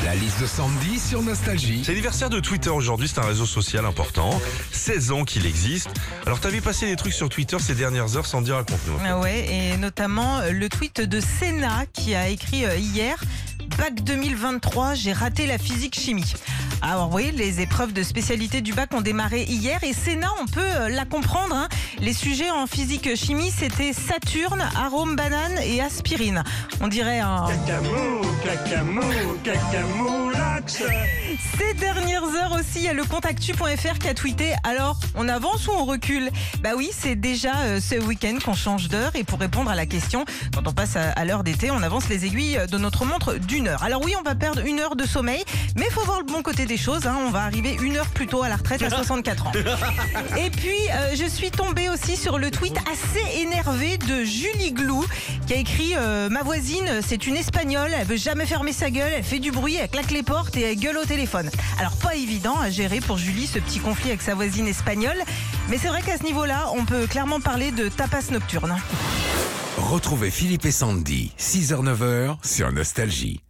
La liste de Sandy sur Nostalgie. C'est l'anniversaire de Twitter aujourd'hui, c'est un réseau social important. 16 ans qu'il existe. Alors t'as vu passer des trucs sur Twitter ces dernières heures, Sandy, raconte-nous. Ouais, et notamment le tweet de Senna qui a écrit hier: Bac 2023, j'ai raté la physique-chimie. Alors vous voyez, les épreuves de spécialité du bac ont démarré hier et Senna, on peut la comprendre. Hein. Les sujets en physique-chimie, c'était Saturne, arôme banane et aspirine. On dirait un... Cacamoulax. Ces dernières heures aussi, il y a le contactu.fr qui a tweeté: alors, on avance ou on recule? Bah oui, c'est déjà ce week-end qu'on change d'heure, et pour répondre à la question, quand on passe à l'heure d'été, on avance les aiguilles de notre montre d'1 heure. Alors oui, on va perdre 1 heure de sommeil, mais il faut voir le bon côté des choses, hein. On va arriver 1 heure plus tôt à la retraite à 64 ans. Et puis, je suis tombée aussi sur le tweet assez énervé de Julie Glou, qui a écrit ma voisine, c'est une Espagnole, elle veut jamais fermer sa gueule, elle fait du bruit, elle claque les portes et elle gueule au téléphone. Alors pas évident à gérer pour Julie ce petit conflit avec sa voisine espagnole, mais c'est vrai qu'à ce niveau-là, on peut clairement parler de tapas nocturne. Retrouvez Philippe et Sandy, 6h-9h sur Nostalgie.